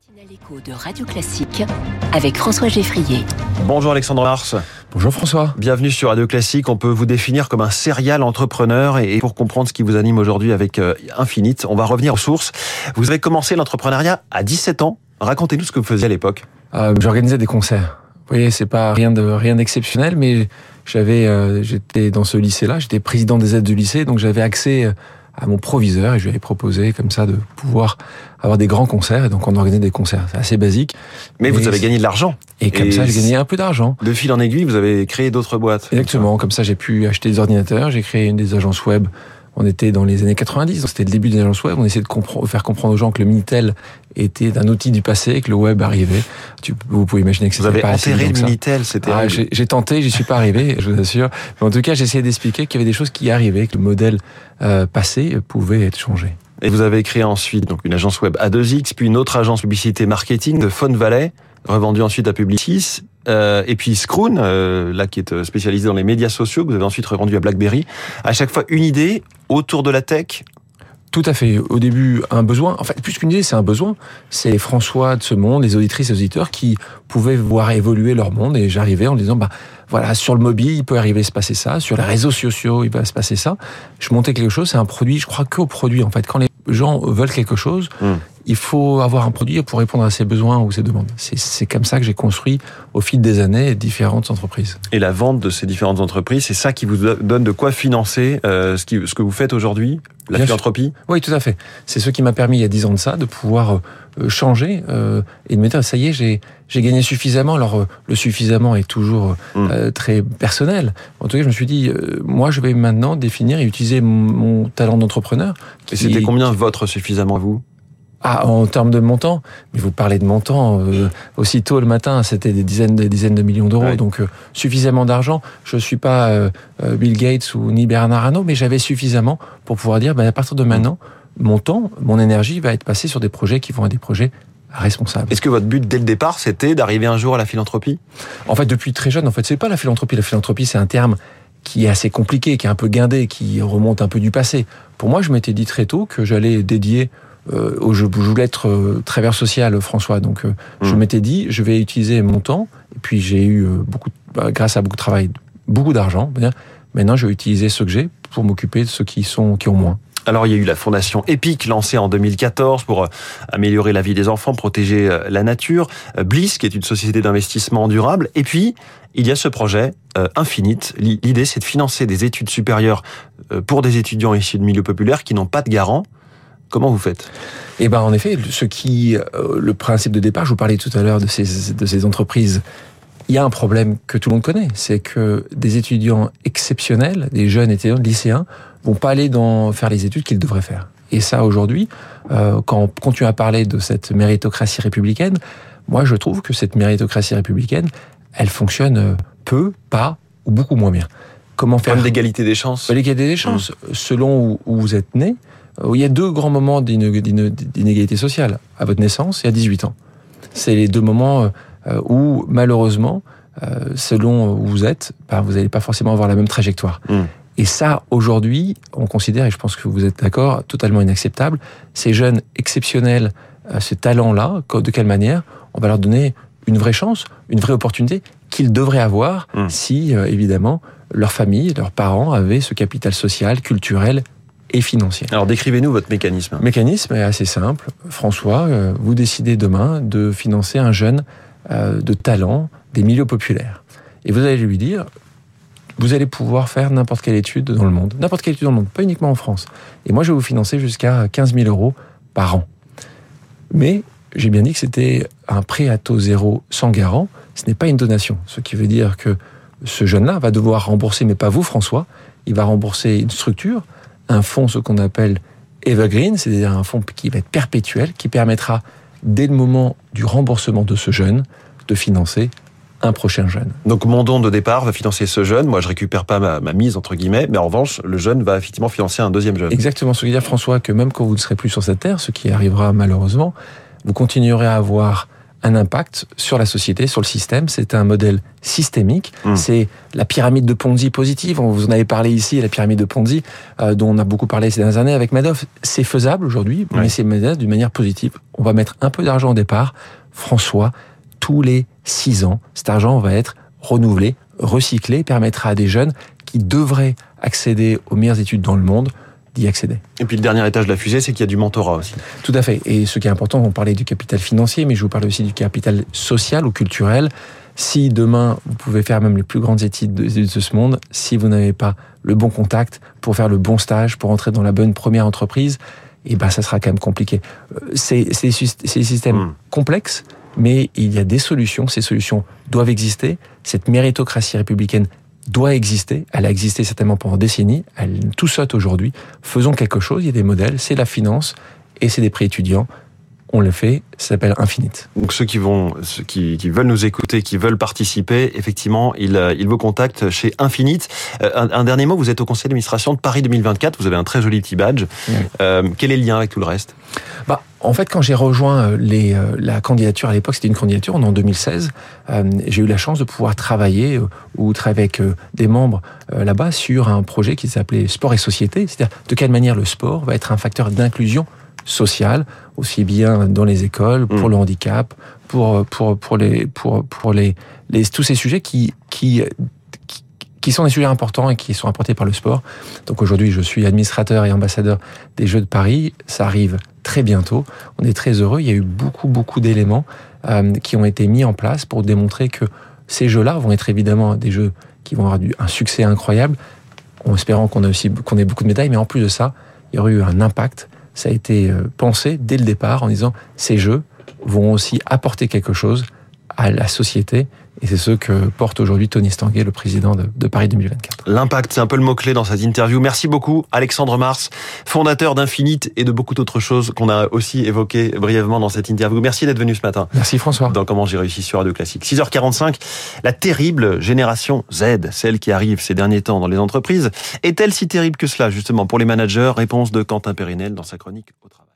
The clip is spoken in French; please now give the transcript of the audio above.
L'écho de Radio Classique avec François Geffrier. Bonjour Alexandre Mars. Bonjour François. Bienvenue sur Radio Classique. On peut vous définir comme un serial entrepreneur et pour comprendre ce qui vous anime aujourd'hui avec Infinite, on va revenir aux sources. Vous avez commencé l'entrepreneuriat à 17 ans. Racontez-nous ce que vous faisiez à l'époque. J'organisais des concerts. Vous voyez, c'est pas rien d'exceptionnel, mais j'étais dans ce lycée-là, j'étais président des aides du lycée, donc j'avais accès à mon proviseur et je lui avais proposé comme ça de pouvoir avoir des grands concerts, et donc on organisait des concerts. C'est assez basique. Mais vous avez gagné de l'argent. Et comme ça, j'ai gagné un peu d'argent. De fil en aiguille, vous avez créé d'autres boîtes. Exactement. Comme ça, j'ai pu acheter des ordinateurs, j'ai créé des agences web. On était dans les années 90, donc c'était le début des agences web. On essayait de faire comprendre aux gens que le Minitel était un outil du passé, que le web arrivait. Vous pouvez imaginer que c'était pas assez. Vous avez enterré le Minitel, c'était... J'ai tenté, j'y suis pas arrivé, je vous assure. Mais en tout cas, j'ai essayé d'expliquer qu'il y avait des choses qui arrivaient, que le modèle passé pouvait être changé. Et vous avez créé ensuite donc une agence web A2X, puis une autre agence publicité marketing de Faune Valley, revendue ensuite à Publicis. Et puis Scroon, là qui est spécialisé dans les médias sociaux, que vous avez ensuite revendu à BlackBerry. À chaque fois, une idée autour de la tech. Tout à fait. Au début, un besoin. En fait, plus qu'une idée, c'est un besoin. C'est les François de ce monde, les auditrices et auditeurs qui pouvaient voir évoluer leur monde. Et j'arrivais en disant, voilà, sur le mobile, il peut arriver se passer ça. Sur les réseaux sociaux, il va se passer ça. Je montais quelque chose, c'est un produit, je crois qu'au produit, en fait. Quand les gens veulent quelque chose, il faut avoir un produit pour répondre à ses besoins ou ses demandes. C'est comme ça que j'ai construit, au fil des années, différentes entreprises. Et la vente de ces différentes entreprises, c'est ça qui vous donne de quoi financer ce que vous faites aujourd'hui, la philanthropie ? Oui, tout à fait. C'est ce qui m'a permis, il y a 10 ans de ça, de pouvoir changer et de me dire, ça y est, j'ai gagné suffisamment. Alors, le suffisamment est toujours très personnel. En tout cas, je me suis dit, moi, je vais maintenant définir et utiliser mon talent d'entrepreneur. Et c'était combien votre suffisamment, vous ? En termes de montant, mais vous parlez de montant, aussitôt le matin, c'était des dizaines de millions d'euros, donc suffisamment d'argent. Je suis pas Bill Gates ou ni Bernard Arnault, mais j'avais suffisamment pour pouvoir dire, à partir de maintenant, mon temps, mon énergie va être passée sur des projets qui vont être des projets responsables. Est-ce que votre but dès le départ, c'était d'arriver un jour à la philanthropie ? En fait, depuis très jeune, c'est pas la philanthropie. La philanthropie, c'est un terme qui est assez compliqué, qui est un peu guindé, qui remonte un peu du passé. Pour moi, je m'étais dit très tôt que j'allais dédier je voulais être travailleur social, François. Donc, je m'étais dit, je vais utiliser mon temps. Et puis, j'ai eu grâce à beaucoup de travail, beaucoup d'argent. Maintenant, je vais utiliser ce que j'ai pour m'occuper de ceux qui ont moins. Alors, il y a eu la fondation EPIC, lancée en 2014 pour améliorer la vie des enfants, protéger la nature. Bliss, qui est une société d'investissement durable. Et puis, il y a ce projet Infinite. L'idée, c'est de financer des études supérieures pour des étudiants issus de milieux populaires qui n'ont pas de garant. Comment vous faites ? En effet, le principe de départ, je vous parlais tout à l'heure de ces entreprises. Il y a un problème que tout le monde connaît, c'est que des étudiants exceptionnels, des jeunes étudiants, lycéens, vont pas aller faire les études qu'ils devraient faire. Et ça, aujourd'hui, quand on continue à parler de cette méritocratie républicaine, moi, je trouve que cette méritocratie républicaine, elle fonctionne peu, pas ou beaucoup moins bien. Comment faire ? L'égalité des chances. L'égalité des chances, selon où vous êtes né. Il y a 2 grands moments d'inégalité sociale, à votre naissance et à 18 ans. C'est les 2 moments où, malheureusement, selon où vous êtes, vous n'allez pas forcément avoir la même trajectoire. Et ça, aujourd'hui, on considère, et je pense que vous êtes d'accord, totalement inacceptable. Ces jeunes exceptionnels, ce talent-là, de quelle manière on va leur donner une vraie chance, une vraie opportunité qu'ils devraient avoir si, évidemment, leur famille, leurs parents avaient ce capital social, culturel et financier. Alors décrivez-nous votre mécanisme. Le mécanisme est assez simple. François, vous décidez demain de financer un jeune de talent des milieux populaires. Et vous allez lui dire, vous allez pouvoir faire n'importe quelle étude dans le monde. N'importe quelle étude dans le monde, pas uniquement en France. Et moi, je vais vous financer jusqu'à 15 000 euros par an. Mais j'ai bien dit que c'était un prêt à taux zéro sans garant. Ce n'est pas une donation. Ce qui veut dire que ce jeune-là va devoir rembourser, mais pas vous, François. Il va rembourser une structure, un fonds, ce qu'on appelle evergreen, c'est-à-dire un fonds qui va être perpétuel, qui permettra, dès le moment du remboursement de ce jeune, de financer un prochain jeune. Donc mon don de départ va financer ce jeune, moi je récupère pas ma mise, entre guillemets, mais en revanche, le jeune va effectivement financer un deuxième jeune. Exactement, ce qui veut dire, François, que même quand vous ne serez plus sur cette terre, ce qui arrivera malheureusement, vous continuerez à avoir un impact sur la société, sur le système. C'est un modèle systémique. C'est la pyramide de Ponzi positive. Vous en avez parlé ici, la pyramide de Ponzi, dont on a beaucoup parlé ces dernières années avec Madoff. C'est faisable aujourd'hui, mais c'est d'une manière positive. On va mettre un peu d'argent au départ. François, tous les 6 ans, cet argent va être renouvelé, recyclé, permettra à des jeunes qui devraient accéder aux meilleures études dans le monde d'y accéder. Et puis le dernier étage de la fusée, c'est qu'il y a du mentorat aussi. Tout à fait. Et ce qui est important, on parlait du capital financier, mais je vous parlais aussi du capital social ou culturel. Si demain, vous pouvez faire même les plus grandes études de ce monde, si vous n'avez pas le bon contact pour faire le bon stage, pour entrer dans la bonne première entreprise, ça sera quand même compliqué. C'est des systèmes complexes, mais il y a des solutions. Ces solutions doivent exister. Cette méritocratie républicaine doit exister. Elle a existé certainement pendant des décennies. Elle tout saute aujourd'hui. Faisons quelque chose. Il y a des modèles. C'est la finance et c'est des prêts étudiants. On le fait. Ça s'appelle Infinite. Donc ceux qui veulent nous écouter, qui veulent participer, effectivement, ils vous contactent chez Infinite. Un dernier mot. Vous êtes au conseil d'administration de Paris 2024. Vous avez un très joli petit badge. Oui. Quel est le lien avec tout le reste? En fait, quand j'ai rejoint la candidature à l'époque, c'était une candidature en 2016. J'ai eu la chance de pouvoir travailler avec des membres là-bas sur un projet qui s'appelait Sport et Société. C'est-à-dire de quelle manière le sport va être un facteur d'inclusion sociale, aussi bien dans les écoles, pour le handicap, pour tous ces sujets qui sont des sujets importants et qui sont apportés par le sport. Donc aujourd'hui, je suis administrateur et ambassadeur des Jeux de Paris. Ça arrive très bientôt. On est très heureux. Il y a eu beaucoup d'éléments qui ont été mis en place pour démontrer que ces jeux-là vont être évidemment des jeux qui vont avoir un succès incroyable, en espérant qu'on ait beaucoup de médailles. Mais en plus de ça, il y aurait eu un impact. Ça a été pensé dès le départ en disant ces jeux vont aussi apporter quelque chose à la société. Et c'est ce que porte aujourd'hui Tony Estanguet, le président de Paris 2024. L'impact, c'est un peu le mot-clé dans cette interview. Merci beaucoup, Alexandre Mars, fondateur d'Infinite et de beaucoup d'autres choses qu'on a aussi évoquées brièvement dans cette interview. Merci d'être venu ce matin. Merci François. Dans Comment j'ai réussi sur Radio Classique. 6h45, la terrible génération Z, celle qui arrive ces derniers temps dans les entreprises, est-elle si terrible que cela, justement, pour les managers? Réponse de Quentin Périnel dans sa chronique au travail.